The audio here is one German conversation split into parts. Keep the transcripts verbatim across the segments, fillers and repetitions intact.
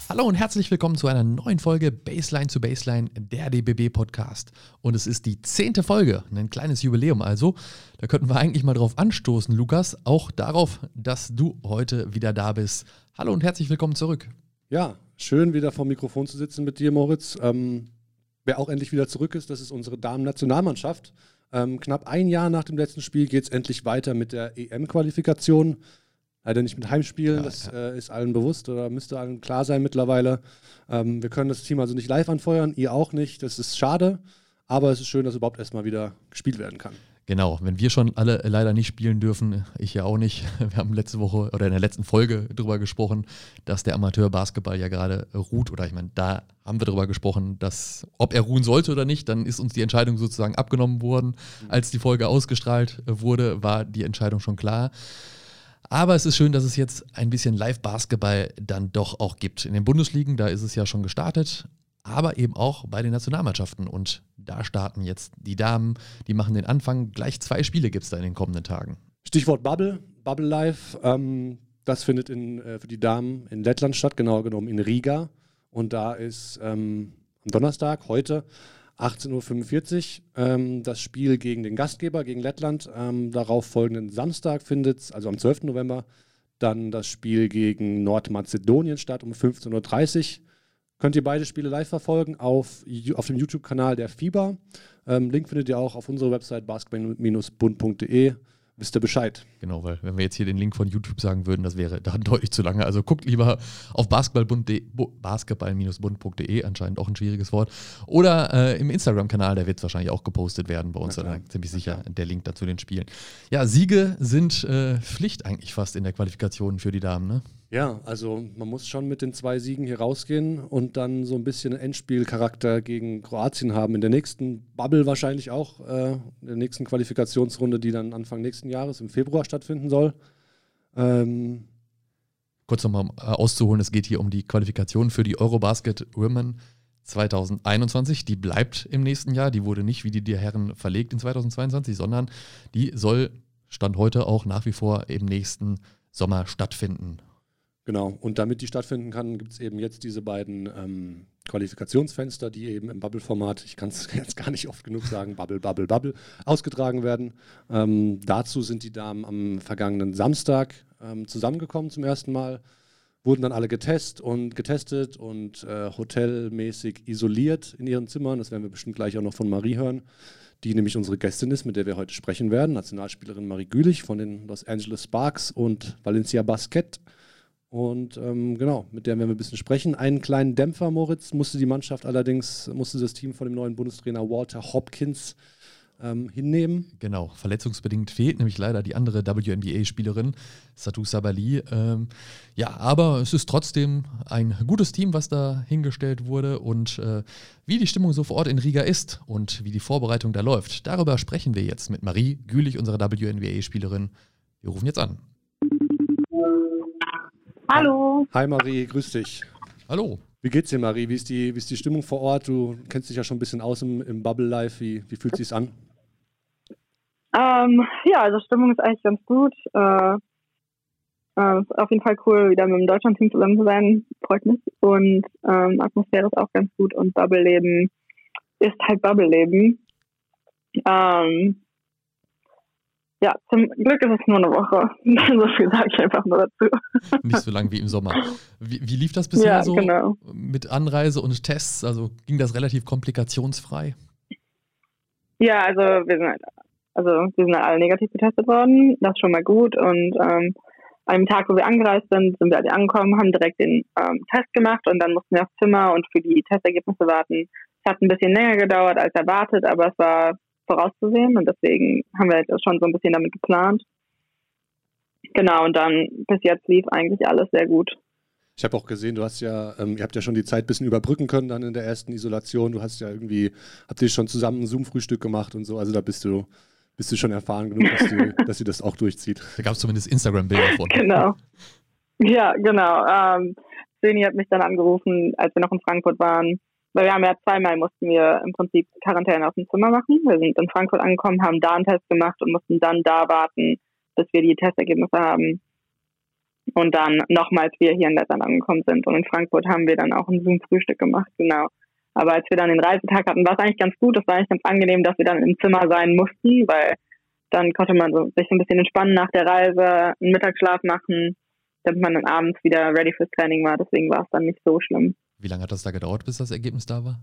Hallo und herzlich willkommen zu einer neuen Folge Baseline zu Baseline, der D B B-Podcast. Und es ist die zehnte Folge, ein kleines Jubiläum also. Da könnten wir eigentlich mal drauf anstoßen, Lukas, auch darauf, dass du heute wieder da bist. Hallo und herzlich willkommen zurück. Ja, schön wieder vor dem Mikrofon zu sitzen mit dir, Moritz. Ähm, wer auch endlich wieder zurück ist, das ist unsere Damen-Nationalmannschaft. Ähm, knapp ein Jahr nach dem letzten Spiel geht es endlich weiter mit der E M-Qualifikation. Leider nicht mit Heimspielen, ja, das ja. Äh, ist allen bewusst oder müsste allen klar sein mittlerweile. Ähm, wir können das Team also nicht live anfeuern, ihr auch nicht. Das ist schade, aber es ist schön, dass überhaupt erstmal wieder gespielt werden kann. Genau, wenn wir schon alle leider nicht spielen dürfen, ich ja auch nicht. Wir haben letzte Woche oder in der letzten Folge darüber gesprochen, dass der Amateurbasketball ja gerade ruht. Oder ich meine, da haben wir darüber gesprochen, dass ob er ruhen sollte oder nicht, dann ist uns die Entscheidung sozusagen abgenommen worden. Mhm. Als die Folge ausgestrahlt wurde, war die Entscheidung schon klar. Aber es ist schön, dass es jetzt ein bisschen Live-Basketball dann doch auch gibt. In den Bundesligen, da ist es ja schon gestartet, aber eben auch bei den Nationalmannschaften. Und da starten jetzt die Damen, die machen den Anfang. Gleich zwei Spiele gibt es da in den kommenden Tagen. Stichwort Bubble, Bubble Live. Ähm, das findet in, äh, für die Damen in Lettland statt, genauer genommen in Riga. Und da ist ähm, am Donnerstag, heute, achtzehn Uhr fünfundvierzig, ähm, das Spiel gegen den Gastgeber, gegen Lettland. Ähm, darauf folgenden Samstag findet es, also am zwölften November, dann das Spiel gegen Nordmazedonien statt um fünfzehn Uhr dreißig. Könnt ihr beide Spiele live verfolgen auf, auf dem YouTube-Kanal der FIBA. Ähm, Link findet ihr auch auf unserer Website basketball Bindestrich bund punkt de. Wisst ihr Bescheid. Genau, weil wenn wir jetzt hier den Link von YouTube sagen würden, das wäre dann deutlich zu lange. Also guckt lieber auf basketball Bindestrich bund punkt de, anscheinend auch ein schwieriges Wort. Oder äh, im Instagram-Kanal, der wird wahrscheinlich auch gepostet werden bei uns, dann ziemlich sicher der Link dazu den Spielen. Ja, Siege sind äh, Pflicht eigentlich fast in der Qualifikation für die Damen, ne? Ja, also man muss schon mit den zwei Siegen hier rausgehen und dann so ein bisschen Endspielcharakter gegen Kroatien haben. In der nächsten Bubble wahrscheinlich auch, äh, in der nächsten Qualifikationsrunde, die dann Anfang nächsten Jahres im Februar stattfinden soll. Ähm Kurz nochmal äh, auszuholen, es geht hier um die Qualifikation für die Eurobasket Women zwanzig einundzwanzig. Die bleibt im nächsten Jahr, die wurde nicht wie die der Herren verlegt in zweitausendzweiundzwanzig, sondern die soll, Stand heute, auch nach wie vor im nächsten Sommer stattfinden. Genau, und damit die stattfinden kann, gibt es eben jetzt diese beiden ähm, Qualifikationsfenster, die eben im Bubble-Format, ich kann es jetzt gar nicht oft genug sagen, Bubble, Bubble, Bubble, ausgetragen werden. Ähm, dazu sind die Damen am vergangenen Samstag ähm, zusammengekommen zum ersten Mal, wurden dann alle getestet und getestet und äh, hotelmäßig isoliert in ihren Zimmern. Das werden wir bestimmt gleich auch noch von Marie hören, die nämlich unsere Gästin ist, mit der wir heute sprechen werden, Nationalspielerin Marie Gülich von den Los Angeles Sparks und Valencia Basket. Und ähm, genau, mit der werden wir ein bisschen sprechen. Einen kleinen Dämpfer, Moritz, musste die Mannschaft allerdings, musste das Team von dem neuen Bundestrainer Walter Hopkins ähm, hinnehmen. Genau, verletzungsbedingt fehlt nämlich leider die andere W N B A-Spielerin, Satou Sabali. Ähm, ja, aber es ist trotzdem ein gutes Team, was da hingestellt wurde. Und äh, wie die Stimmung so vor Ort in Riga ist und wie die Vorbereitung da läuft, darüber sprechen wir jetzt mit Marie Gülich, unserer W N B A-Spielerin. Wir rufen jetzt an. Hallo. Hi Marie, grüß dich. Hallo. Wie geht's dir, Marie? Wie ist die, wie ist die Stimmung vor Ort? Du kennst dich ja schon ein bisschen aus im, im Bubble Life. Wie, wie fühlt es sich an? Ähm, ja, also Stimmung ist eigentlich ganz gut. Äh, äh, ist auf jeden Fall cool, wieder mit dem Deutschland-Team zusammen zu sein. Freut mich. Und ähm, Atmosphäre ist auch ganz gut. Und Bubble-Leben ist halt Bubble-Leben. Ähm, Ja, zum Glück ist es nur eine Woche. So viel sage ich einfach nur dazu. Nicht so lang wie im Sommer. Wie, wie lief das bisher ja, so genau. mit Anreise und Tests? Also ging das relativ komplikationsfrei? Ja, also wir sind halt, also wir sind alle negativ getestet worden. Das ist schon mal gut. Und ähm, an dem Tag, wo wir angereist sind, sind wir alle angekommen, haben direkt den ähm, Test gemacht und dann mussten wir aufs Zimmer und für die Testergebnisse warten. Es hat ein bisschen länger gedauert als erwartet, aber es war vorauszusehen und deswegen haben wir jetzt schon so ein bisschen damit geplant. Genau, und dann bis jetzt lief eigentlich alles sehr gut. Ich habe auch gesehen, du hast ja, ähm, ihr habt ja schon die Zeit ein bisschen überbrücken können dann in der ersten Isolation. Du hast ja irgendwie, habt ihr schon zusammen ein Zoom-Frühstück gemacht und so, also da bist du, bist du schon erfahren genug, dass, du, dass sie das auch durchzieht. Da gab es zumindest Instagram-Bilder von. Genau. Ja, genau. Ähm, Söni hat mich dann angerufen, als wir noch in Frankfurt waren. Weil wir haben ja zweimal mussten wir im Prinzip Quarantäne auf dem Zimmer machen. Wir sind in Frankfurt angekommen, haben da einen Test gemacht und mussten dann da warten, bis wir die Testergebnisse haben. Und dann nochmals wir hier in Lettland angekommen sind. Und in Frankfurt haben wir dann auch ein Zoom-Frühstück gemacht, genau. Aber als wir dann den Reisetag hatten, war es eigentlich ganz gut. Es war eigentlich ganz angenehm, dass wir dann im Zimmer sein mussten, weil dann konnte man so, sich so ein bisschen entspannen nach der Reise, einen Mittagsschlaf machen, damit man dann abends wieder ready fürs Training war. Deswegen war es dann nicht so schlimm. Wie lange hat das da gedauert, bis das Ergebnis da war?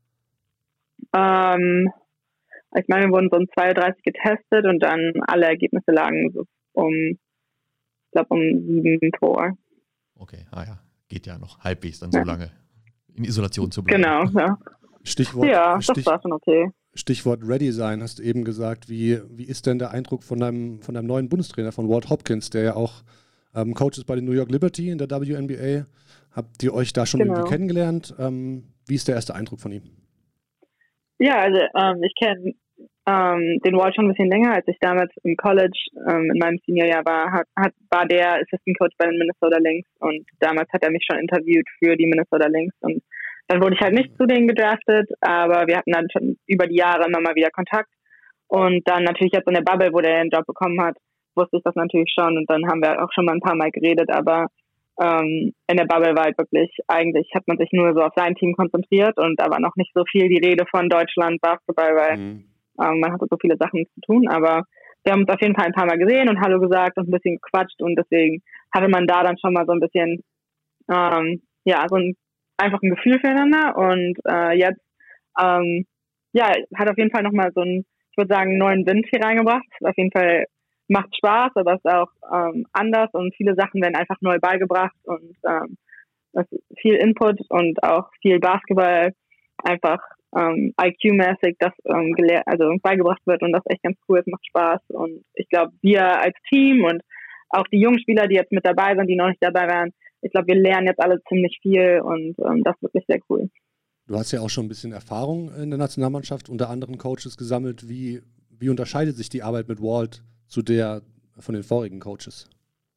Ähm, ich meine, wir wurden so um zwei Uhr dreißig getestet und dann alle Ergebnisse lagen so um, ich glaube, um sieben vor. Okay, ah ja, geht ja noch halbwegs dann so ja. lange in Isolation zu bleiben. Genau, ja. Stichwort, ja, das Stich, war schon okay. Stichwort Ready sein, hast du eben gesagt. Wie, wie ist denn der Eindruck von deinem, von deinem neuen Bundestrainer, von Walt Hopkins, der ja auch ähm, Coach ist bei den New York Liberty in der W N B A? Habt ihr euch da schon genau. irgendwie kennengelernt? Ähm, wie ist der erste Eindruck von ihm? Ja, also ähm, ich kenne ähm, den Walt schon ein bisschen länger. Als ich damals im College ähm, in meinem Seniorjahr war, hat, hat, war der Assistant Coach bei den Minnesota Lynx und damals hat er mich schon interviewt für die Minnesota Lynx und dann wurde ich halt nicht zu denen gedraftet, aber wir hatten dann schon über die Jahre immer mal wieder Kontakt und dann natürlich jetzt in der Bubble, wo der den Job bekommen hat, wusste ich das natürlich schon und dann haben wir auch schon mal ein paar Mal geredet, aber ähm, in der Bubble war halt wirklich, eigentlich hat man sich nur so auf sein Team konzentriert und da war noch nicht so viel die Rede von Deutschland Basketball, weil mhm. ähm, man hatte so viele Sachen zu tun, aber wir haben uns auf jeden Fall ein paar Mal gesehen und Hallo gesagt und ein bisschen gequatscht und deswegen hatte man da dann schon mal so ein bisschen, ähm, ja, so ein einfach ein Gefühl füreinander und äh, jetzt ähm, ja, hat auf jeden Fall nochmal so einen, ich würde sagen, neuen Wind hier reingebracht. Auf jeden Fall macht Spaß, aber es ist auch ähm, anders und viele Sachen werden einfach neu beigebracht und ähm, das ist viel Input und auch viel Basketball einfach ähm, I Q-mäßig, das ähm, gelehr- also beigebracht wird und das ist echt ganz cool, es macht Spaß und ich glaube, wir als Team und auch die jungen Spieler, die jetzt mit dabei sind, die noch nicht dabei waren, ich glaube, wir lernen jetzt alle ziemlich viel und ähm, das ist wirklich sehr cool. Du hast ja auch schon ein bisschen Erfahrung in der Nationalmannschaft unter anderen Coaches gesammelt. Wie, wie unterscheidet sich die Arbeit mit Walt zu der von den vorigen Coaches?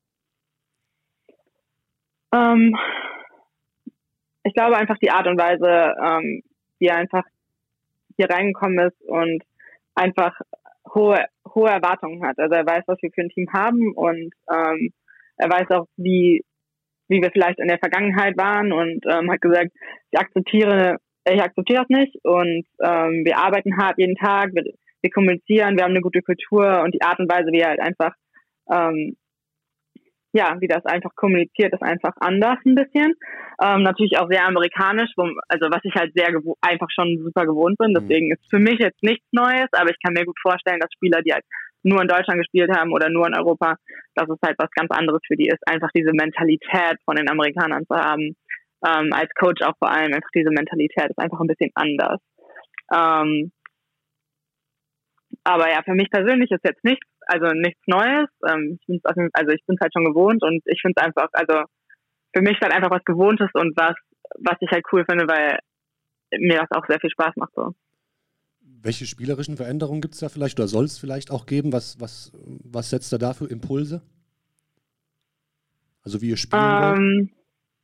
Ähm, ich glaube einfach die Art und Weise, ähm, wie er einfach hier reingekommen ist und einfach hohe, hohe Erwartungen hat. Also er weiß, was wir für ein Team haben und ähm, er weiß auch, wie wie wir vielleicht in der Vergangenheit waren und ähm, hat gesagt, ich akzeptiere, ich akzeptiere das nicht und ähm, wir arbeiten hart jeden Tag, wir, wir kommunizieren, wir haben eine gute Kultur und die Art und Weise, wie er halt einfach, ähm, ja, wie das einfach kommuniziert, ist einfach anders ein bisschen. Ähm, natürlich auch sehr amerikanisch, wo, also was ich halt sehr gewo- einfach schon super gewohnt bin, deswegen ist für mich jetzt nichts Neues, aber ich kann mir gut vorstellen, dass Spieler, die halt nur in Deutschland gespielt haben oder nur in Europa, dass es halt was ganz anderes für die ist, einfach diese Mentalität von den Amerikanern zu haben. Ähm, als Coach auch vor allem, einfach diese Mentalität ist einfach ein bisschen anders. Ähm, aber ja, für mich persönlich ist jetzt nichts, also nichts Neues. Ähm, ich bin's, also ich bin es halt schon gewohnt und ich finde es einfach, also für mich ist halt einfach was Gewohntes und was, was ich halt cool finde, weil mir das auch sehr viel Spaß macht so. Welche spielerischen Veränderungen gibt es da vielleicht oder soll es vielleicht auch geben? Was, was, was setzt er da für Impulse? Also wie ihr spielen ähm, wollt?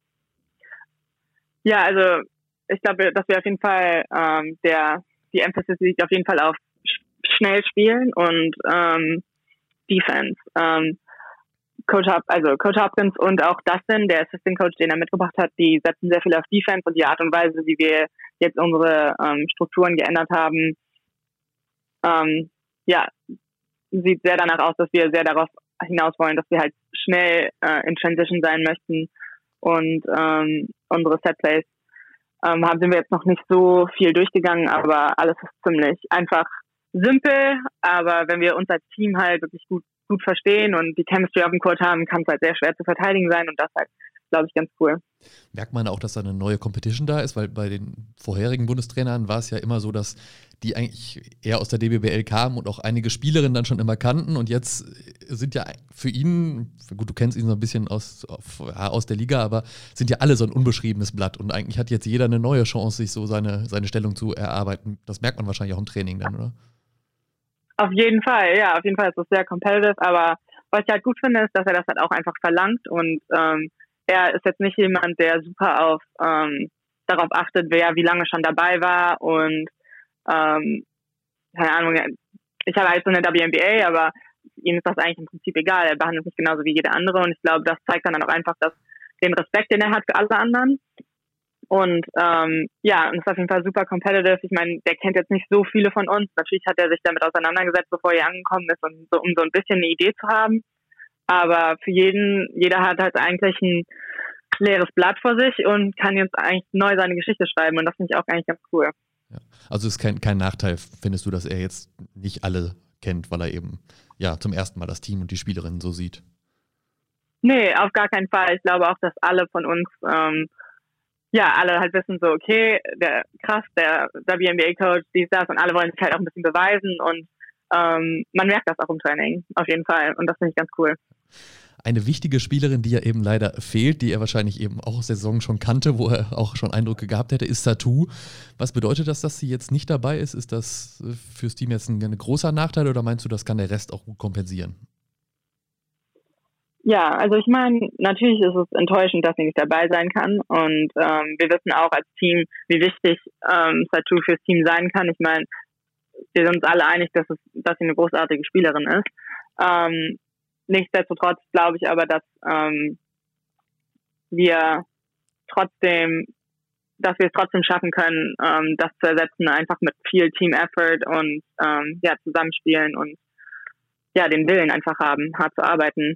Ja, also ich glaube, dass wir auf jeden Fall ähm, der die Emphasis liegt auf jeden Fall auf sch- schnell spielen und ähm, Defense. Ähm, Coach Hop, also Coach Hopkins und auch Dustin, der Assistant Coach, den er mitgebracht hat, die setzen sehr viel auf Defense und die Art und Weise, wie wir jetzt unsere ähm, Strukturen geändert haben, ähm, ja, sieht sehr danach aus, dass wir sehr darauf hinaus wollen, dass wir halt schnell äh, in Transition sein möchten und ähm, unsere Setplays ähm, haben sind wir jetzt noch nicht so viel durchgegangen, aber alles ist ziemlich einfach simpel, aber wenn wir uns als Team halt wirklich gut gut verstehen und die Chemistry auf dem Court haben, kann es halt sehr schwer zu verteidigen sein und das halt, glaube ich, ganz cool. Merkt man auch, dass da eine neue Competition da ist, weil bei den vorherigen Bundestrainern war es ja immer so, dass die eigentlich eher aus der D B B L kamen und auch einige Spielerinnen dann schon immer kannten und jetzt sind ja für ihn, gut, du kennst ihn so ein bisschen aus, auf, ja, aus der Liga, aber sind ja alle so ein unbeschriebenes Blatt und eigentlich hat jetzt jeder eine neue Chance, sich so seine, seine Stellung zu erarbeiten. Das merkt man wahrscheinlich auch im Training dann, oder? Auf jeden Fall, ja, auf jeden Fall ist es sehr competitive, aber was ich halt gut finde, ist, dass er das halt auch einfach verlangt und ähm, er ist jetzt nicht jemand, der super auf ähm, darauf achtet, wer wie lange schon dabei war und ähm, keine Ahnung, ich habe halt so eine W N B A, aber ihm ist das eigentlich im Prinzip egal. Er behandelt mich genauso wie jeder andere und ich glaube, das zeigt dann auch einfach dass den Respekt, den er hat für alle anderen. Und ähm, ja, und ist auf jeden Fall super competitive. Ich meine, der kennt jetzt nicht so viele von uns. Natürlich hat er sich damit auseinandergesetzt, bevor er hier angekommen ist, und so, um so ein bisschen eine Idee zu haben. Aber für jeden, jeder hat halt eigentlich ein leeres Blatt vor sich und kann jetzt eigentlich neu seine Geschichte schreiben. Und das finde ich auch eigentlich ganz cool. Ja. Also ist kein, kein Nachteil, findest du, dass er jetzt nicht alle kennt, weil er eben ja zum ersten Mal das Team und die Spielerinnen so sieht? Nee, auf gar keinen Fall. Ich glaube auch, dass alle von uns ähm, ja, alle halt wissen so, okay, der krass, der W N B A-Coach, dies, das, und alle wollen sich halt auch ein bisschen beweisen und ähm, man merkt das auch im Training, auf jeden Fall, und das finde ich ganz cool. Eine wichtige Spielerin, die ja eben leider fehlt, die er wahrscheinlich eben auch Saison schon kannte, wo er auch schon Eindrücke gehabt hätte, ist Satou. Was bedeutet das, dass sie jetzt nicht dabei ist? Ist das fürs Team jetzt ein, ein großer Nachteil oder meinst du, das kann der Rest auch gut kompensieren? Ja, also ich meine, natürlich ist es enttäuschend, dass sie nicht dabei sein kann und ähm, wir wissen auch als Team, wie wichtig ähm, Satou fürs Team sein kann. Ich meine, wir sind uns alle einig, dass, es, dass sie eine großartige Spielerin ist. Ähm, nichtsdestotrotz glaube ich aber, dass ähm, wir trotzdem, dass wir es trotzdem schaffen können, ähm, das zu ersetzen, einfach mit viel Team-Effort und ähm, ja, zusammenspielen und ja, den Willen einfach haben, hart zu arbeiten.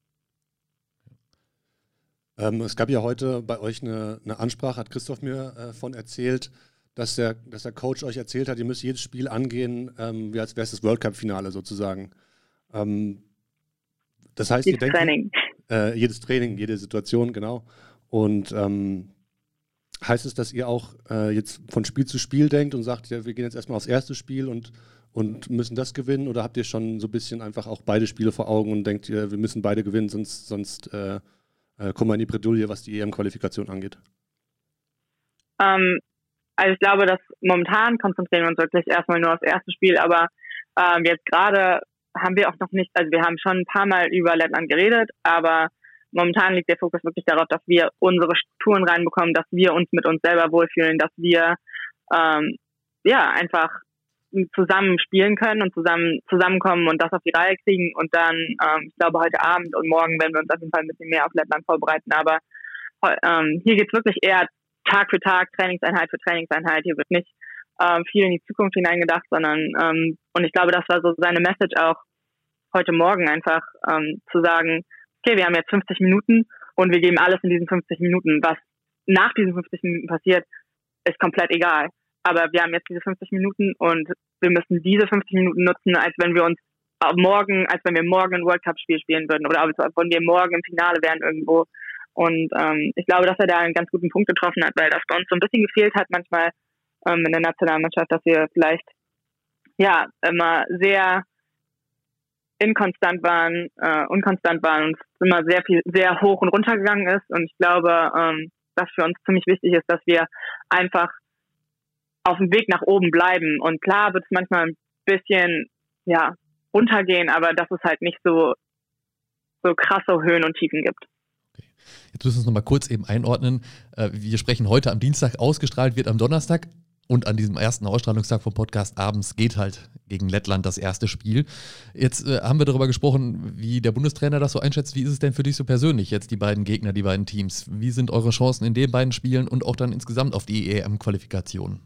Ähm, es gab ja heute bei euch eine, eine Ansprache, hat Christoph mir äh, von erzählt, dass der, dass der Coach euch erzählt hat, ihr müsst jedes Spiel angehen, ähm, wie als wäre es das World Cup-Finale sozusagen. Ähm, das heißt, jedes ihr denkt, Training. Äh, jedes Training, jede Situation, genau. Und ähm, heißt es, dass ihr auch äh, jetzt von Spiel zu Spiel denkt und sagt, ja, wir gehen jetzt erstmal aufs erste Spiel und, und müssen das gewinnen? Oder habt ihr schon so ein bisschen einfach auch beide Spiele vor Augen und denkt ihr, wir müssen beide gewinnen, sonst, sonst äh, äh, kommen wir in die Bredouille, was die E M-Qualifikation angeht? Ähm, also ich glaube, dass momentan konzentrieren wir uns wirklich erstmal nur aufs erste Spiel, aber ähm, jetzt gerade haben wir auch noch nicht, also wir haben schon ein paar Mal über Lettland geredet, aber momentan liegt der Fokus wirklich darauf, dass wir unsere Strukturen reinbekommen, dass wir uns mit uns selber wohlfühlen, dass wir ähm, ja einfach zusammen spielen können und zusammen zusammenkommen und das auf die Reihe kriegen und dann, ähm, ich glaube, heute Abend und morgen werden wir uns auf jeden Fall ein bisschen mehr auf Lettland vorbereiten, aber ähm, hier geht es wirklich eher Tag für Tag, Trainingseinheit für Trainingseinheit, hier wird nicht ähm, viel in die Zukunft hineingedacht, sondern ähm, und ich glaube, das war so seine Message auch heute Morgen einfach ähm, zu sagen, okay, wir haben jetzt fünfzig Minuten und wir geben alles in diesen fünfzig Minuten. Was nach diesen fünfzig Minuten passiert, ist komplett egal. Aber wir haben jetzt diese fünfzig Minuten und wir müssen diese fünfzig Minuten nutzen, als wenn wir uns morgen, als wenn wir morgen ein World Cup Spiel spielen würden oder als wenn wir morgen im Finale wären irgendwo. Und ähm, ich glaube, dass er da einen ganz guten Punkt getroffen hat, weil das bei uns so ein bisschen gefehlt hat manchmal ähm, in der Nationalmannschaft, dass wir vielleicht ja immer sehr inkonstant waren, äh, unkonstant waren und es immer sehr viel, sehr hoch und runter gegangen ist. Und ich glaube, ähm, dass für uns ziemlich wichtig ist, dass wir einfach auf dem Weg nach oben bleiben. Und klar wird es manchmal ein bisschen, ja, runtergehen, aber dass es halt nicht so, so krasse Höhen und Tiefen gibt. Okay. Jetzt müssen wir es nochmal kurz eben einordnen. Wir sprechen heute am Dienstag, ausgestrahlt wird am Donnerstag. Und an diesem ersten Ausstrahlungstag vom Podcast abends geht halt gegen Lettland das erste Spiel. Jetzt äh, haben wir darüber gesprochen, wie der Bundestrainer das so einschätzt. Wie ist es denn für dich so persönlich jetzt, die beiden Gegner, die beiden Teams? Wie sind eure Chancen in den beiden Spielen und auch dann insgesamt auf die E M-Qualifikation?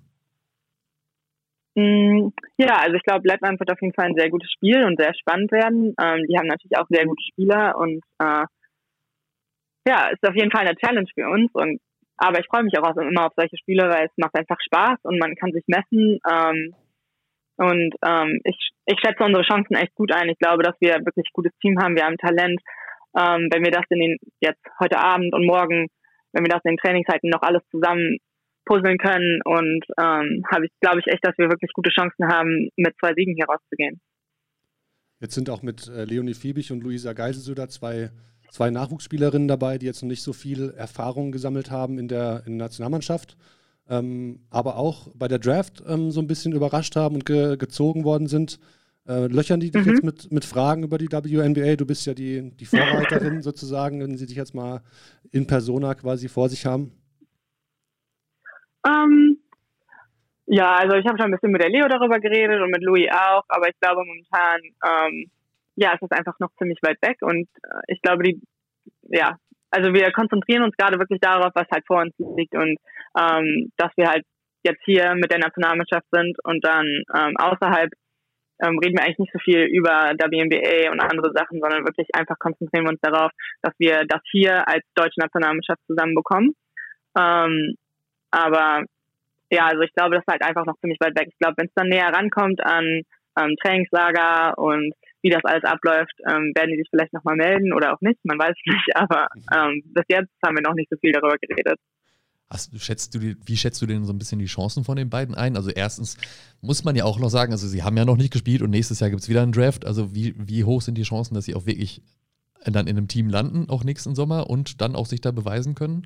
Ja, also ich glaube, Lettland wird auf jeden Fall ein sehr gutes Spiel und sehr spannend werden. Ähm, die haben natürlich auch sehr gute Spieler und äh, ja, ist auf jeden Fall eine Challenge für uns und aber ich freue mich auch immer auf solche Spiele, weil es macht einfach Spaß und man kann sich messen. Ähm, und ähm, ich, ich schätze unsere Chancen echt gut ein. Ich glaube, dass wir wirklich ein gutes Team haben. Wir haben Talent. Ähm, wenn wir das in den jetzt heute Abend und morgen, wenn wir das in den Trainingszeiten noch alles zusammen puzzeln können und ähm, habe ich, glaube ich echt, dass wir wirklich gute Chancen haben, mit zwei Siegen hier rauszugehen. Jetzt sind auch mit äh, Leonie Fiebig und Luisa Geiselsöder zwei Zwei Nachwuchsspielerinnen dabei, die jetzt noch nicht so viel Erfahrung gesammelt haben in der, in der Nationalmannschaft, ähm, aber auch bei der Draft ähm, so ein bisschen überrascht haben und ge, gezogen worden sind. Äh, löchern die dich mhm. jetzt mit, mit Fragen über die W N B A? Du bist ja die, die Vorreiterin sozusagen, wenn sie dich jetzt mal in Persona quasi vor sich haben. Um, ja, also ich habe schon ein bisschen mit der Leo darüber geredet und mit Louis auch, aber ich glaube momentan ähm, ja, es ist einfach noch ziemlich weit weg und äh, ich glaube, die, ja, also wir konzentrieren uns gerade wirklich darauf, was halt vor uns liegt und ähm, dass wir halt jetzt hier mit der Nationalmannschaft sind und dann ähm, außerhalb ähm, reden wir eigentlich nicht so viel über W N B A und andere Sachen, sondern wirklich einfach konzentrieren wir uns darauf, dass wir das hier als deutsche Nationalmannschaft zusammenbekommen. Ähm, aber ja, also ich glaube, das ist halt einfach noch ziemlich weit weg. Ich glaube, wenn es dann näher rankommt an ähm, Trainingslager und wie das alles abläuft, ähm, werden die sich vielleicht nochmal melden oder auch nicht, man weiß es nicht, aber ähm, bis jetzt haben wir noch nicht so viel darüber geredet. Hast, schätzt du die, wie schätzt du denn so ein bisschen die Chancen von den beiden ein? Also erstens muss man ja auch noch sagen, also sie haben ja noch nicht gespielt und nächstes Jahr gibt es wieder einen Draft, also wie, wie hoch sind die Chancen, dass sie auch wirklich dann in einem Team landen, auch nächsten Sommer und dann auch sich da beweisen können?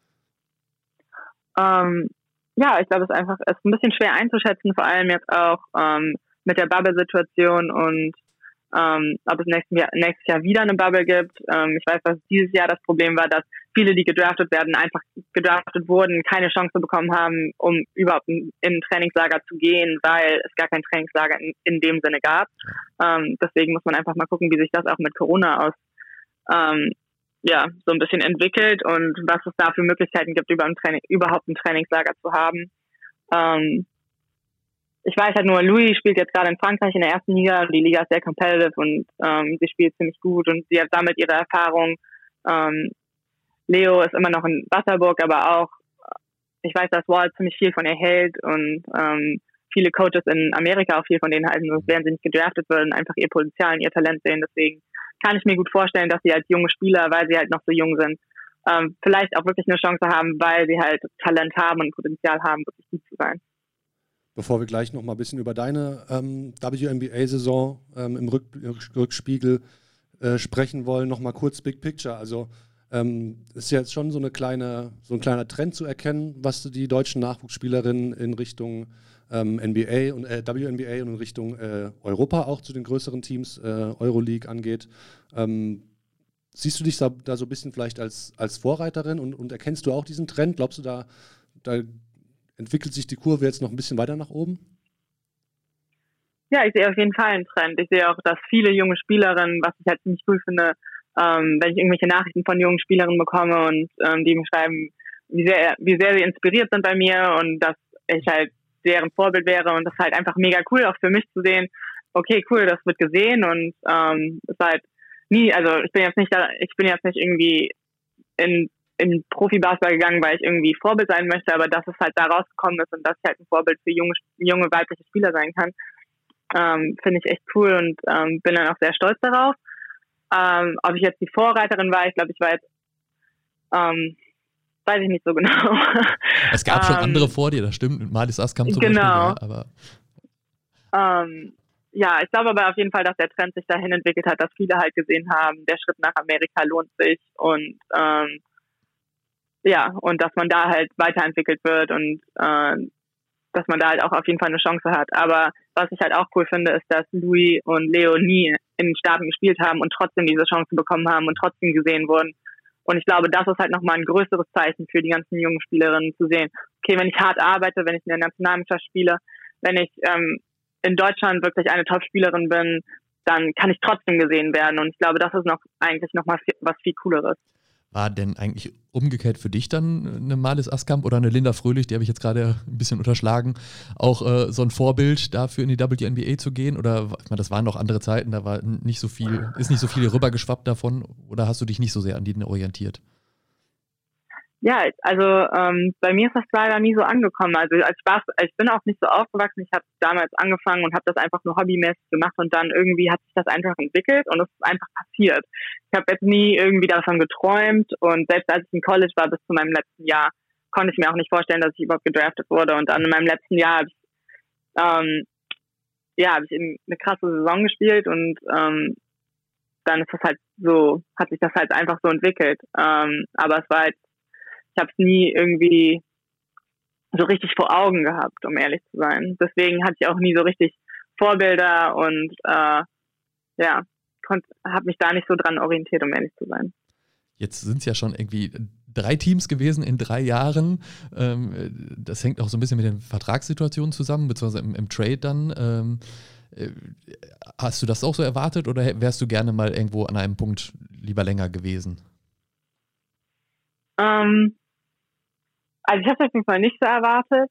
Ähm, ja, ich glaube, es ist einfach, es ist ein bisschen schwer einzuschätzen, vor allem jetzt auch ähm, mit der Bubble-Situation und ähm, ob es nächstes Jahr, nächstes Jahr wieder eine Bubble gibt. Ähm, ich weiß, dass dieses Jahr das Problem war, dass viele, die gedraftet werden, einfach gedraftet wurden, keine Chance bekommen haben, um überhaupt in ein Trainingslager zu gehen, weil es gar kein Trainingslager in, in dem Sinne gab. Ähm, deswegen muss man einfach mal gucken, wie sich das auch mit Corona aus ähm, ja, so ein bisschen entwickelt und was es da für Möglichkeiten gibt, über ein Training, überhaupt ein Trainingslager zu haben. Ähm, ich weiß halt nur, Louis spielt jetzt gerade in Frankreich in der ersten Liga und die Liga ist sehr competitive und ähm, sie spielt ziemlich gut und sie hat damit ihre Erfahrung. Ähm, Leo ist immer noch in Wasserburg, aber auch, ich weiß, dass Walt ziemlich viel von ihr hält und ähm, viele Coaches in Amerika auch viel von denen halten, sonst wären sie nicht gedraftet würden, einfach ihr Potenzial und ihr Talent sehen. Deswegen kann ich mir gut vorstellen, dass sie als junge Spieler, weil sie halt noch so jung sind, ähm, vielleicht auch wirklich eine Chance haben, weil sie halt Talent haben und Potenzial haben, wirklich gut zu sein. Bevor wir gleich noch mal ein bisschen über deine ähm, W N B A-Saison ähm, im Rück Rückspiegel äh, sprechen wollen, noch mal kurz Big Picture. Also ähm, ist jetzt schon so eine kleine, so ein kleiner Trend zu erkennen, was die deutschen Nachwuchsspielerinnen in Richtung ähm, N B A und äh, W N B A und in Richtung äh, Europa auch zu den größeren Teams, äh, Euroleague angeht. Ähm, siehst du dich da, da so ein bisschen vielleicht als, als Vorreiterin und, und erkennst du auch diesen Trend? Glaubst du, da, da entwickelt sich die Kurve jetzt noch ein bisschen weiter nach oben? Ja, ich sehe auf jeden Fall einen Trend. Ich sehe auch, dass viele junge Spielerinnen, was ich halt ziemlich cool finde, ähm, wenn ich irgendwelche Nachrichten von jungen Spielerinnen bekomme und ähm, die mir schreiben, wie sehr, wie sehr sie inspiriert sind bei mir und dass ich halt deren Vorbild wäre und das ist halt einfach mega cool, auch für mich zu sehen, okay, cool, das wird gesehen und ähm, es ist halt nie, also ich bin jetzt nicht da, ich bin jetzt nicht irgendwie in in Profi-Basketball gegangen, weil ich irgendwie Vorbild sein möchte, aber dass es halt da rausgekommen ist und dass ich halt ein Vorbild für junge, junge weibliche Spieler sein kann, ähm, finde ich echt cool und ähm, bin dann auch sehr stolz darauf. Ähm, ob ich jetzt die Vorreiterin war, ich glaube, ich war jetzt, ähm, weiß ich nicht so genau. Es gab ähm, schon andere vor dir, das stimmt, Malis Askam zum genau. Beispiel, ja, aber ähm, ja, ich glaube aber auf jeden Fall, dass der Trend sich dahin entwickelt hat, dass viele halt gesehen haben, der Schritt nach Amerika lohnt sich und ähm, ja, und dass man da halt weiterentwickelt wird und äh, dass man da halt auch auf jeden Fall eine Chance hat. Aber was ich halt auch cool finde, ist, dass Louis und Leo nie in den Staaten gespielt haben und trotzdem diese Chance bekommen haben und trotzdem gesehen wurden. Und ich glaube, das ist halt nochmal ein größeres Zeichen für die ganzen jungen Spielerinnen zu sehen. Okay, wenn ich hart arbeite, wenn ich in der Nationalmannschaft spiele, wenn ich ähm, in Deutschland wirklich eine Top-Spielerin bin, dann kann ich trotzdem gesehen werden. Und ich glaube, das ist noch eigentlich nochmal was viel Cooleres. War denn eigentlich umgekehrt für dich dann eine Malis Askamp oder eine Linda Fröhlich, die habe ich jetzt gerade ein bisschen unterschlagen, auch äh, so ein Vorbild dafür in die W N B A zu gehen? Oder ich meine, das waren noch andere Zeiten, da war nicht so viel, ist nicht so viel rübergeschwappt davon oder hast du dich nicht so sehr an die orientiert? Ja, also ähm, bei mir ist das leider nie so angekommen. Also als Spaß, ich bin auch nicht so aufgewachsen. Ich habe damals angefangen und habe das einfach nur hobbymäßig gemacht und dann irgendwie hat sich das einfach entwickelt und es ist einfach passiert. Ich habe jetzt nie irgendwie davon geträumt und selbst als ich im College war bis zu meinem letzten Jahr, konnte ich mir auch nicht vorstellen, dass ich überhaupt gedraftet wurde. Und dann in meinem letzten Jahr habe ich, ähm, ja, habe ich eben eine krasse Saison gespielt und ähm, dann ist das halt so, hat sich das halt einfach so entwickelt. Ähm, aber es war halt Ich habe es nie irgendwie so richtig vor Augen gehabt, um ehrlich zu sein. Deswegen hatte ich auch nie so richtig Vorbilder und äh, ja, habe mich da nicht so dran orientiert, um ehrlich zu sein. Jetzt sind es ja schon irgendwie drei Teams gewesen in drei Jahren. Ähm, das hängt auch so ein bisschen mit den Vertragssituationen zusammen, beziehungsweise im, im Trade dann. Ähm, Äh, hast du das auch so erwartet oder wärst du gerne mal irgendwo an einem Punkt lieber länger gewesen? Ähm, also ich habe es auf jeden Fall nicht so erwartet,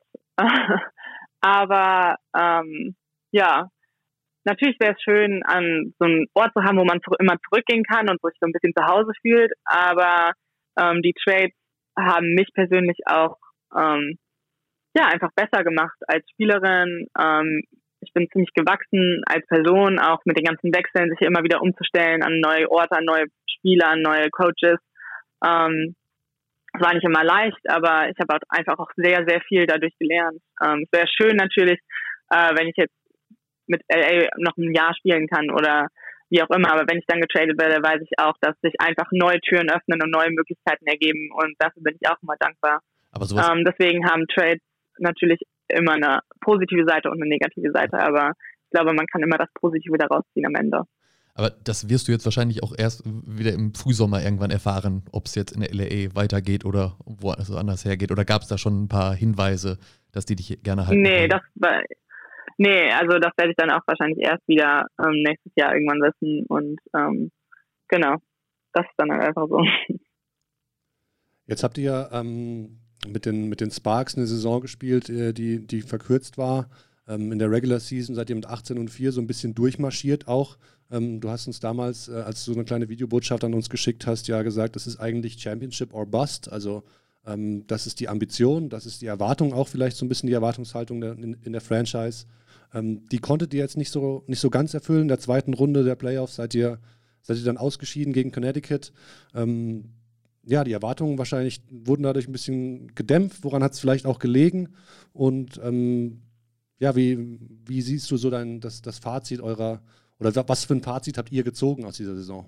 aber ähm, ja, natürlich wäre es schön, an so einen Ort zu haben, wo man zu, immer zurückgehen kann und wo sich so ein bisschen zu Hause fühlt, aber ähm, die Trades haben mich persönlich auch ähm, ja einfach besser gemacht als Spielerin. Ähm, ich bin ziemlich gewachsen als Person, auch mit den ganzen Wechseln, sich immer wieder umzustellen an neue Orte, an neue Spieler, an neue Coaches. Ähm, Es war nicht immer leicht, aber ich habe einfach auch sehr, sehr viel dadurch gelernt. Ähm, es wäre schön natürlich, äh, wenn ich jetzt mit L A noch ein Jahr spielen kann oder wie auch immer. Aber wenn ich dann getradet werde, weiß ich auch, dass sich einfach neue Türen öffnen und neue Möglichkeiten ergeben. Und dafür bin ich auch immer dankbar. Aber sowas ähm, deswegen haben Trades natürlich immer eine positive Seite und eine negative Seite. Aber ich glaube, man kann immer das Positive daraus ziehen am Ende. Aber das wirst du jetzt wahrscheinlich auch erst wieder im Frühsommer irgendwann erfahren, ob es jetzt in L A weitergeht oder woanders hergeht. Oder gab es da schon ein paar Hinweise, dass die dich gerne halten Nee, wollen? das war, nee, also das werde ich dann auch wahrscheinlich erst wieder ähm, nächstes Jahr irgendwann wissen. Und ähm, genau, das ist dann halt einfach so. Jetzt habt ihr ähm, mit, den, mit den Sparks eine Saison gespielt, die, die verkürzt war. Ähm, in der Regular Season seid ihr mit achtzehn und vier so ein bisschen durchmarschiert auch. Ähm, du hast uns damals, äh, als du so eine kleine Videobotschaft an uns geschickt hast, ja gesagt, das ist eigentlich Championship or Bust. Also ähm, das ist die Ambition, das ist die Erwartung auch vielleicht so ein bisschen die Erwartungshaltung der, in, in der Franchise. Ähm, die konntet ihr jetzt nicht so, nicht so ganz erfüllen. In der zweiten Runde der Playoffs seid ihr, seid ihr dann ausgeschieden gegen Connecticut. Ähm, ja, die Erwartungen wahrscheinlich wurden dadurch ein bisschen gedämpft. Woran hat es vielleicht auch gelegen? Und ähm, ja, wie, wie siehst du so dein, das, das Fazit eurer, oder was für ein Fazit habt ihr gezogen aus dieser Saison?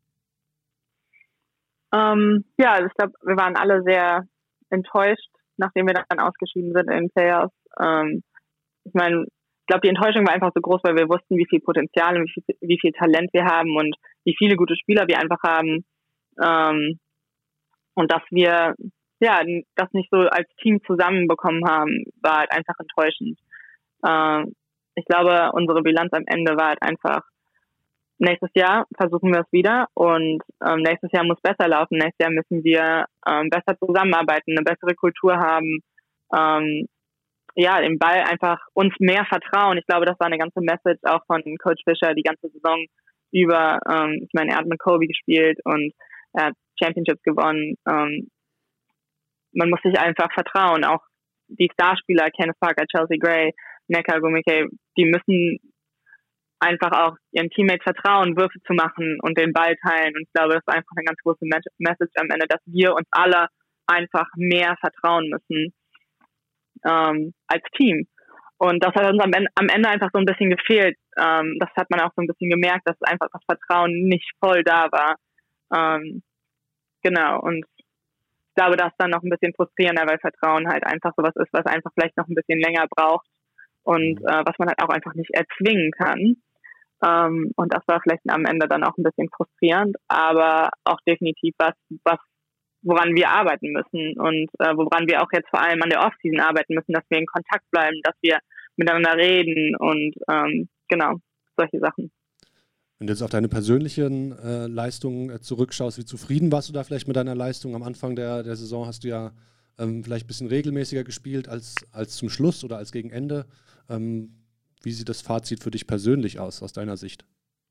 Ähm, ja, also ich glaube, wir waren alle sehr enttäuscht, nachdem wir dann ausgeschieden sind in den Playoffs. Ähm, ich meine, ich glaube, die Enttäuschung war einfach so groß, weil wir wussten, wie viel Potenzial und wie viel, wie viel Talent wir haben und wie viele gute Spieler wir einfach haben. Ähm, und dass wir ja das nicht so als Team zusammenbekommen haben, war halt einfach enttäuschend. Ähm, ich glaube, unsere Bilanz am Ende war halt einfach, nächstes Jahr versuchen wir es wieder und ähm, nächstes Jahr muss besser laufen. Nächstes Jahr müssen wir ähm, besser zusammenarbeiten, eine bessere Kultur haben, ähm, ja, dem Ball einfach uns mehr vertrauen. Ich glaube, das war eine ganze Message auch von Coach Fischer die ganze Saison über. Ähm, ich meine, er hat mit Kobe gespielt und er hat Championships gewonnen. Ähm, man muss sich einfach vertrauen. Auch die Starspieler, Kenneth Parker, Chelsea Gray, Nneka Ogwumike, die müssen einfach auch ihren Teammates vertrauen, Würfe zu machen und den Ball teilen. Und ich glaube, das ist einfach eine ganz große Message am Ende, dass wir uns alle einfach mehr vertrauen müssen ähm, als Team. Und das hat uns am Ende, am Ende einfach so ein bisschen gefehlt. Ähm, das hat man auch so ein bisschen gemerkt, dass einfach das Vertrauen nicht voll da war. Ähm, genau. Und ich glaube, das ist dann noch ein bisschen frustrierender, weil Vertrauen halt einfach sowas ist, was einfach vielleicht noch ein bisschen länger braucht und äh, was man halt auch einfach nicht erzwingen kann. Ähm, und das war vielleicht am Ende dann auch ein bisschen frustrierend, aber auch definitiv was, was woran wir arbeiten müssen und äh, woran wir auch jetzt vor allem an der Offseason arbeiten müssen, dass wir in Kontakt bleiben, dass wir miteinander reden und ähm, genau, solche Sachen. Wenn du jetzt auf deine persönlichen äh, Leistungen äh, zurückschaust, wie zufrieden warst du da vielleicht mit deiner Leistung? Am Anfang der, der Saison hast du ja ähm, vielleicht ein bisschen regelmäßiger gespielt als, als zum Schluss oder als gegen Ende. Ähm, wie sieht das Fazit für dich persönlich aus, aus deiner Sicht?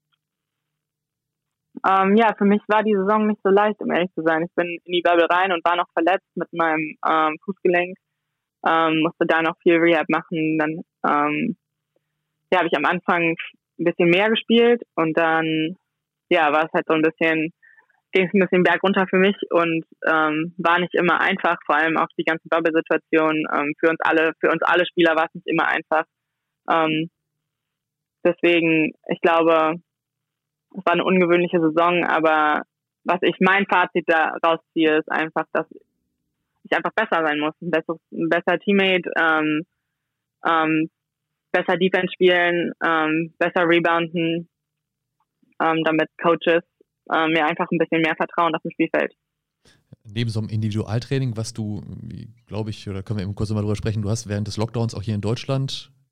Ähm, ja, für mich war die Saison nicht so leicht, um ehrlich zu sein. Ich bin in die Bubble rein und war noch verletzt mit meinem ähm, Fußgelenk, ähm, musste da noch viel Rehab machen. Dann ähm, ja, habe ich am Anfang ein bisschen mehr gespielt und dann ja, war es halt so ein bisschen, ging es ein bisschen bergunter für mich und ähm, war nicht immer einfach, vor allem auch die ganze Bubble-Situation. Ähm, für uns alle, für uns alle Spieler war es nicht immer einfach. Ähm, deswegen, ich glaube, es war eine ungewöhnliche Saison, aber was ich mein Fazit daraus ziehe, ist einfach, dass ich einfach besser sein muss, ein besseres, ein besser Teammate, ähm, ähm, besser Defense spielen, ähm, besser rebounden, ähm, damit Coaches ähm, mir einfach ein bisschen mehr vertrauen auf dem Spielfeld. Neben so einem Individualtraining, was du, glaube ich, oder können wir eben kurz mal drüber sprechen, du hast während des Lockdowns auch hier in Deutschland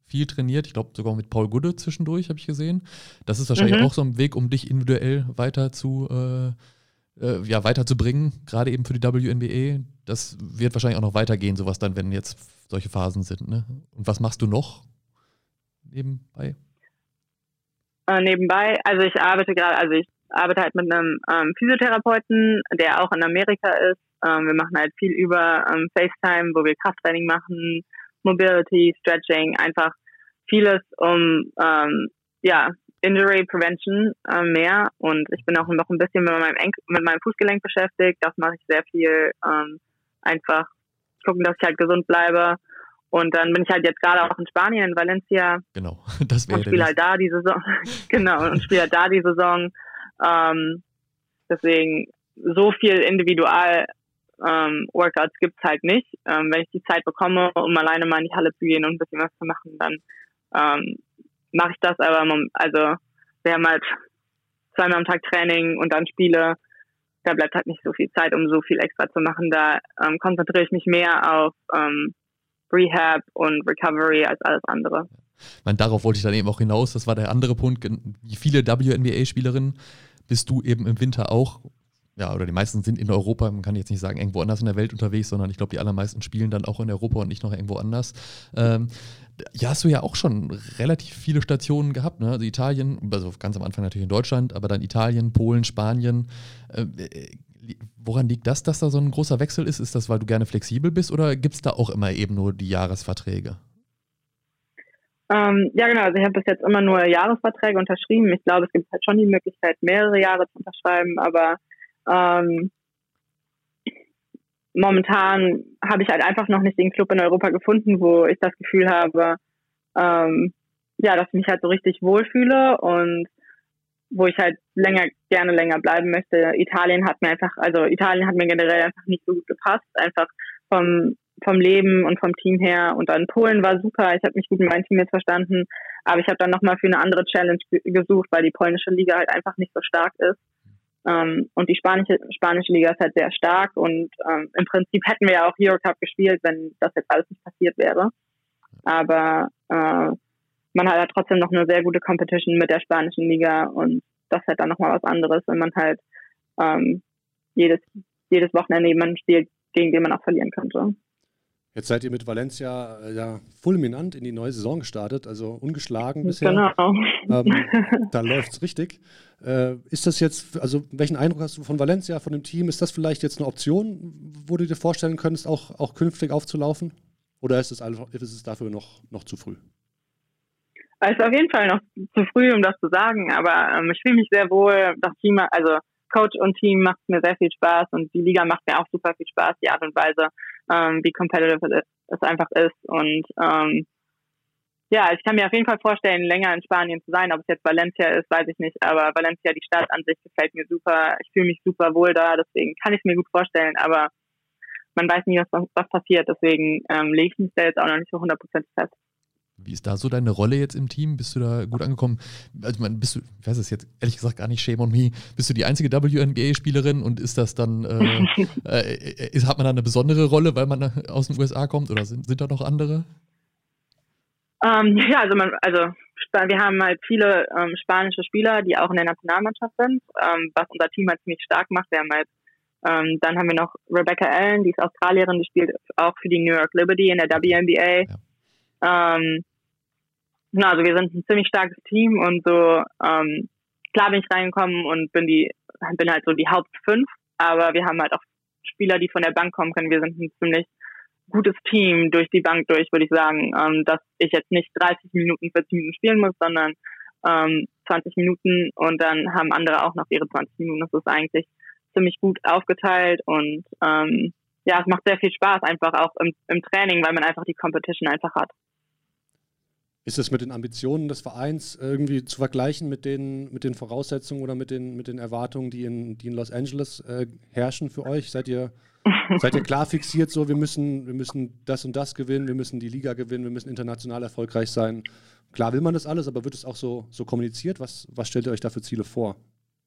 viel trainiert. Ich glaube sogar mit Paul Gudde zwischendurch, habe ich gesehen. Das ist wahrscheinlich mhm. auch so ein Weg, um dich individuell weiter zu äh, äh, ja, weiterzubringen, gerade eben für die W N B A. Das wird wahrscheinlich auch noch weitergehen, sowas dann, wenn jetzt solche Phasen sind. Ne? Und was machst du noch nebenbei? Äh, nebenbei, also ich arbeite gerade, also ich arbeite halt mit einem ähm, Physiotherapeuten, der auch in Amerika ist. Ähm, wir machen halt viel über ähm, FaceTime, wo wir Krafttraining machen, Mobility, Stretching, einfach vieles um ähm, ja, Injury Prevention äh, mehr. Und ich bin auch noch ein bisschen mit meinem, Enk- mit meinem Fußgelenk beschäftigt. Das mache ich sehr viel. Ähm, einfach gucken, dass ich halt gesund bleibe. Und dann bin ich halt jetzt gerade auch in Spanien, in Valencia. Genau, das wäre und spiele halt da die Saison. genau, und spiele halt da die Saison. Ähm, deswegen so viel individual ähm, Workouts gibt's halt nicht. Ähm, wenn ich die Zeit bekomme, um alleine mal in die Halle zu gehen und ein bisschen was zu machen, dann ähm, mache ich das. Aber also wir haben halt zweimal am Tag Training und dann Spiele. Da bleibt halt nicht so viel Zeit, um so viel extra zu machen. Da ähm, konzentriere ich mich mehr auf ähm, Rehab und Recovery als alles andere. Ich meine, darauf wollte ich dann eben auch hinaus. Das war der andere Punkt. Wie viele W N B A-Spielerinnen bist du eben im Winter auch, ja, oder die meisten sind in Europa, man kann jetzt nicht sagen, irgendwo anders in der Welt unterwegs, sondern ich glaube, die allermeisten spielen dann auch in Europa und nicht noch irgendwo anders. Ähm, ja, hast du ja auch schon relativ viele Stationen gehabt, ne? Also Italien, also ganz am Anfang natürlich in Deutschland, aber dann Italien, Polen, Spanien. Äh, woran liegt das, dass da so ein großer Wechsel ist? Ist das, weil du gerne flexibel bist oder gibt es da auch immer eben nur die Jahresverträge? Ähm, ja, genau. Also ich habe bis jetzt immer nur Jahresverträge unterschrieben. Ich glaube, es gibt halt schon die Möglichkeit, mehrere Jahre zu unterschreiben, aber ähm, momentan habe ich halt einfach noch nicht den Club in Europa gefunden, wo ich das Gefühl habe, ähm, ja, dass ich mich halt so richtig wohlfühle und wo ich halt länger, gerne länger bleiben möchte. Italien hat mir einfach, also Italien hat mir generell einfach nicht so gut gepasst, einfach vom vom Leben und vom Team her. Und dann Polen war super, ich habe mich gut mit meinem Team jetzt verstanden, aber ich habe dann nochmal für eine andere Challenge gesucht, weil die polnische Liga halt einfach nicht so stark ist. Um, und die spanische, spanische Liga ist halt sehr stark und um, im Prinzip hätten wir ja auch Eurocup gespielt, wenn das jetzt alles nicht passiert wäre. Aber uh, man hat halt trotzdem noch eine sehr gute Competition mit der spanischen Liga und das ist halt dann nochmal was anderes, wenn man halt um, jedes, jedes Wochenende jemanden spielt, gegen den man auch verlieren könnte. Jetzt seid ihr mit Valencia äh, ja fulminant in die neue Saison gestartet, also ungeschlagen bisher. Genau. Ähm, da läuft's richtig. Äh, ist das jetzt, also welchen Eindruck hast du von Valencia, von dem Team? Ist das vielleicht jetzt eine Option, wo du dir vorstellen könntest, auch, auch künftig aufzulaufen? Oder ist es, einfach, ist es dafür noch, noch zu früh? Es ist auf jeden Fall noch zu früh, um das zu sagen, aber ähm, ich fühle mich sehr wohl. Das Team, also Coach und Team macht mir sehr viel Spaß und die Liga macht mir auch super viel Spaß, die Art und Weise, ähm, wie competitive es einfach ist. Und ähm, ja, ich kann mir auf jeden Fall vorstellen, länger in Spanien zu sein. Ob es jetzt Valencia ist, weiß ich nicht, aber Valencia, die Stadt an sich, gefällt mir super. Ich fühle mich super wohl da, deswegen kann ich es mir gut vorstellen, aber man weiß nie, was, was passiert, deswegen ähm, lege ich mich da jetzt auch noch nicht so hundertprozentig fest. Wie ist da so deine Rolle jetzt im Team? Bist du da gut angekommen? Also, man, bist du, ich weiß es jetzt ehrlich gesagt gar nicht, shame on me, bist du die einzige W N B A-Spielerin und ist das dann, äh, äh, ist, hat man da eine besondere Rolle, weil man aus den U S A kommt oder sind, sind da noch andere? Ähm, ja, also, man, also wir haben halt viele ähm, spanische Spieler, die auch in der Nationalmannschaft sind, ähm, was unser Team halt ziemlich stark macht. Wir haben halt, ähm, dann haben wir noch Rebecca Allen, die ist Australierin, die spielt auch für die New York Liberty in der W N B A. Ja. Ähm, na, also wir sind ein ziemlich starkes Team und so, ähm, klar bin ich reingekommen und bin die, bin halt so die Hauptfünf, aber wir haben halt auch Spieler, die von der Bank kommen können. Wir sind ein ziemlich gutes Team durch die Bank durch, würde ich sagen, ähm, dass ich jetzt nicht dreißig Minuten, vierzig Minuten spielen muss, sondern ähm, zwanzig Minuten und dann haben andere auch noch ihre zwanzig Minuten. Das ist eigentlich ziemlich gut aufgeteilt und ähm, ja, es macht sehr viel Spaß einfach auch im, im Training, weil man einfach die Competition einfach hat. Ist es mit den Ambitionen des Vereins irgendwie zu vergleichen mit den, mit den Voraussetzungen oder mit den, mit den Erwartungen, die in, die in Los Angeles äh, herrschen für euch? Seid ihr, seid ihr klar fixiert so, wir müssen, wir müssen das und das gewinnen, wir müssen die Liga gewinnen, wir müssen international erfolgreich sein? Klar will man das alles, aber wird es auch so, so kommuniziert? Was, was stellt ihr euch da für Ziele vor?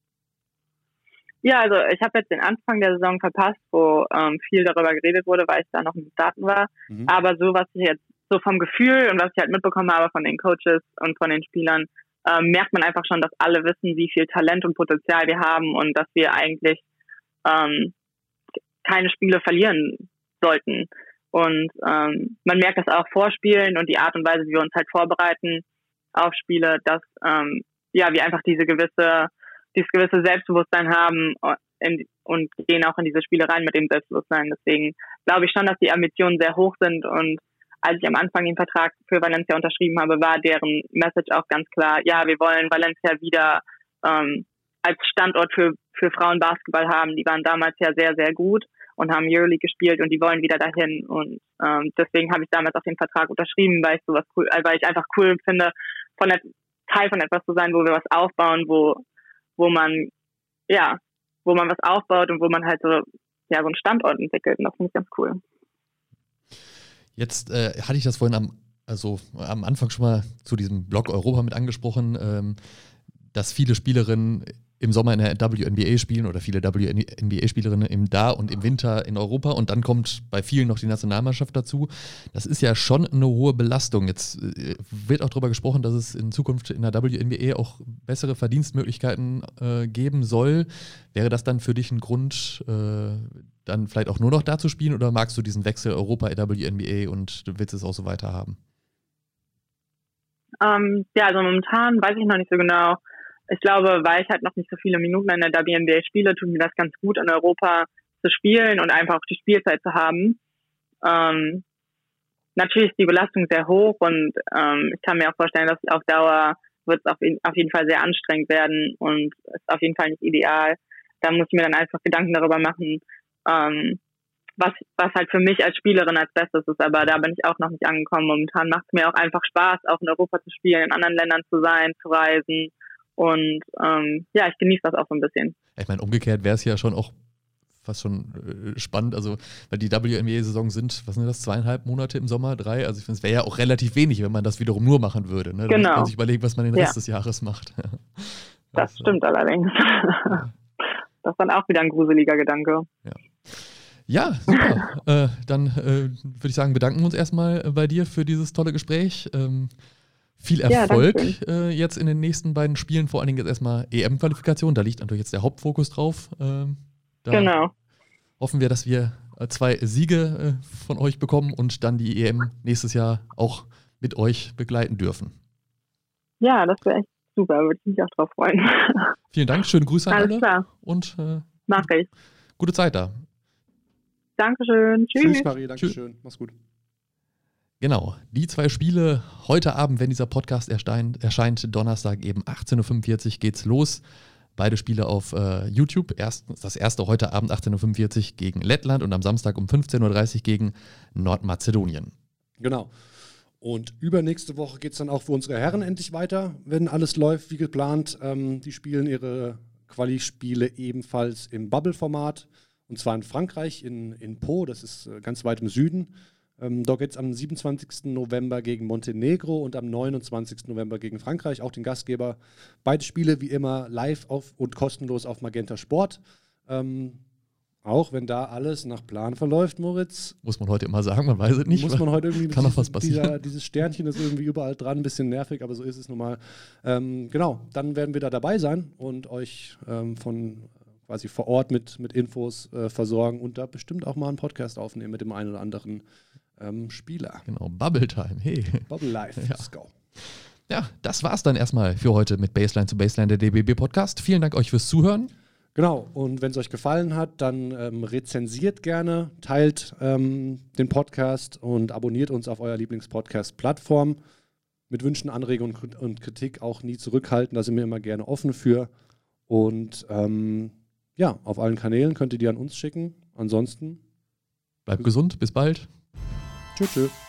Ja, also ich habe jetzt den Anfang der Saison verpasst, wo ähm, viel darüber geredet wurde, weil ich da noch im Starten war. Mhm. Aber so, was ich jetzt so vom Gefühl und was ich halt mitbekommen habe von den Coaches und von den Spielern, ähm, merkt man einfach schon, dass alle wissen, wie viel Talent und Potenzial wir haben und dass wir eigentlich ähm, keine Spiele verlieren sollten. Und ähm, man merkt das auch vor Spielen und die Art und Weise, wie wir uns halt vorbereiten auf Spiele, dass ähm, ja wir einfach diese gewisse, dieses gewisse Selbstbewusstsein haben in, und gehen auch in diese Spiele rein mit dem Selbstbewusstsein. Deswegen glaube ich schon, dass die Ambitionen sehr hoch sind und als ich am Anfang den Vertrag für Valencia unterschrieben habe, war deren Message auch ganz klar, ja, wir wollen Valencia wieder ähm, als Standort für, für Frauenbasketball haben. Die waren damals ja sehr, sehr gut und haben Euroleague gespielt und die wollen wieder dahin. Und ähm, deswegen habe ich damals auch den Vertrag unterschrieben, weil ich sowas cool, weil ich einfach cool finde, von der, Teil von etwas zu sein, wo wir was aufbauen, wo, wo man, ja, wo man was aufbaut und wo man halt so, ja, so einen Standort entwickelt. Und das finde ich ganz cool. Jetzt äh, hatte ich das vorhin am, also am Anfang schon mal zu diesem Blog Europa mit angesprochen, ähm, dass viele Spielerinnen im Sommer in der W N B A spielen oder viele W N B A-Spielerinnen im Da und im Winter in Europa und dann kommt bei vielen noch die Nationalmannschaft dazu. Das ist ja schon eine hohe Belastung. Jetzt äh, wird auch darüber gesprochen, dass es in Zukunft in der W N B A auch bessere Verdienstmöglichkeiten äh, geben soll. Wäre das dann für dich ein Grund, äh, dann vielleicht auch nur noch da zu spielen oder magst du diesen Wechsel Europa W N B A und du willst es auch so weiter haben? Ähm, ja, also momentan weiß ich noch nicht so genau. Ich glaube, weil ich halt noch nicht so viele Minuten in der W N B A spiele, tut mir das ganz gut, in Europa zu spielen und einfach auch die Spielzeit zu haben. Ähm, natürlich ist die Belastung sehr hoch und ähm, ich kann mir auch vorstellen, dass auf Dauer wird es auf, auf jeden Fall sehr anstrengend werden und ist auf jeden Fall nicht ideal. Da muss ich mir dann einfach Gedanken darüber machen, ähm, was, was halt für mich als Spielerin als Bestes ist. Aber da bin ich auch noch nicht angekommen. Momentan macht es mir auch einfach Spaß, auch in Europa zu spielen, in anderen Ländern zu sein, zu reisen. Und ähm, ja, ich genieße das auch so ein bisschen. Ich meine, umgekehrt wäre es ja schon auch fast schon äh, spannend, also weil die W N B A-Saison sind, was sind das, zweieinhalb Monate im Sommer, drei? Also ich finde, es wäre ja auch relativ wenig, wenn man das wiederum nur machen würde. Ne? Da genau. muss man sich überlegen, was man den Rest ja. des Jahres macht. Das also, stimmt allerdings. Ja. Das ist dann auch wieder ein gruseliger Gedanke. Ja. Ja, super. äh, dann äh, würde ich sagen, bedanken wir uns erstmal bei dir für dieses tolle Gespräch. Ähm, viel Erfolg ja, äh, jetzt in den nächsten beiden Spielen, vor allen Dingen jetzt erstmal E M-Qualifikation. Da liegt natürlich jetzt der Hauptfokus drauf. Ähm, da genau. hoffen wir, dass wir äh, zwei Siege äh, von euch bekommen und dann die E M nächstes Jahr auch mit euch begleiten dürfen. Ja, das wäre echt super. Würde ich mich auch drauf freuen. Vielen Dank, schöne Grüße an Alles alle. Klar. Und äh, mach ich. Gute Zeit da. Dankeschön. Tschüss. Tschüss, Marie. Dankeschön. Tschüss. Mach's gut. Genau, die zwei Spiele heute Abend, wenn dieser Podcast erscheint, erscheint Donnerstag eben achtzehn Uhr fünfundvierzig geht's los. Beide Spiele auf äh, YouTube. Erst, das erste heute Abend achtzehn Uhr fünfundvierzig gegen Lettland und am Samstag um fünfzehn Uhr dreißig gegen Nordmazedonien. Genau. Und übernächste Woche geht es dann auch für unsere Herren endlich weiter, wenn alles läuft wie geplant. Ähm, die spielen ihre Quali-Spiele ebenfalls im Bubble-Format. Und zwar in Frankreich, in, in Pau, das ist äh, ganz weit im Süden. Ähm, da geht es am siebenundzwanzigsten November gegen Montenegro und am neunundzwanzigsten November gegen Frankreich, auch den Gastgeber. Beide Spiele wie immer live auf und kostenlos auf Magenta Sport. Ähm, auch wenn da alles nach Plan verläuft, Moritz. Muss man heute immer sagen, man weiß es nicht. Muss man heute irgendwie kann dieses, noch was passieren. Dieser, dieses Sternchen ist irgendwie überall dran, ein bisschen nervig, aber so ist es nun mal. Ähm, genau, dann werden wir da dabei sein und euch ähm, von quasi vor Ort mit, mit Infos äh, versorgen und da bestimmt auch mal einen Podcast aufnehmen mit dem einen oder anderen ähm, Spieler. Genau, Bubble Time, hey. Bubble Life, ja. Let's go. Ja, das war's dann erstmal für heute mit Baseline zu Baseline, der D B B-Podcast. Vielen Dank euch fürs Zuhören. Genau, und wenn es euch gefallen hat, dann ähm, rezensiert gerne, teilt ähm, den Podcast und abonniert uns auf eurer Lieblingspodcast-Plattform. Mit Wünschen, Anregungen und Kritik auch nie zurückhalten, da sind wir immer gerne offen für. Und ähm, ja, auf allen Kanälen könnt ihr die an uns schicken. Ansonsten bleibt gesund, bis bald. Tschüss, tschüss.